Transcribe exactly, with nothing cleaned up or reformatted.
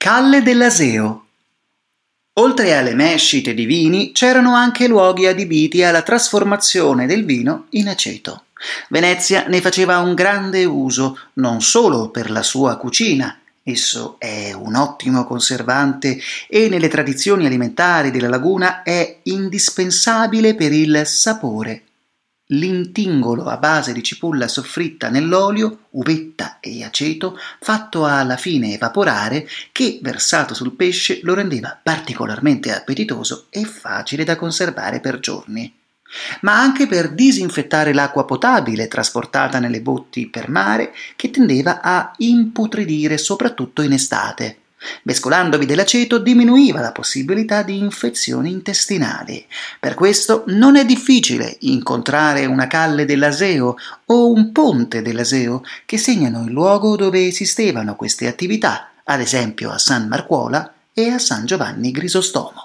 Calle dell'Aseo. Oltre alle mescite di vini, c'erano anche luoghi adibiti alla trasformazione del vino in aceto. Venezia ne faceva un grande uso, non solo per la sua cucina. Esso è un ottimo conservante e nelle tradizioni alimentari della laguna è indispensabile per il sapore. L'intingolo a base di cipolla soffritta nell'olio, uvetta e aceto, fatto alla fine evaporare, che versato sul pesce lo rendeva particolarmente appetitoso e facile da conservare per giorni. Ma anche per disinfettare l'acqua potabile trasportata nelle botti per mare, che tendeva a imputridire soprattutto in estate. Mescolandovi dell'aceto diminuiva la possibilità di infezioni intestinali. Per questo non è difficile incontrare una calle dell'Aseo o un ponte dell'Aseo che segnano il luogo dove esistevano queste attività, ad esempio a San Marcuola e a San Giovanni Grisostomo.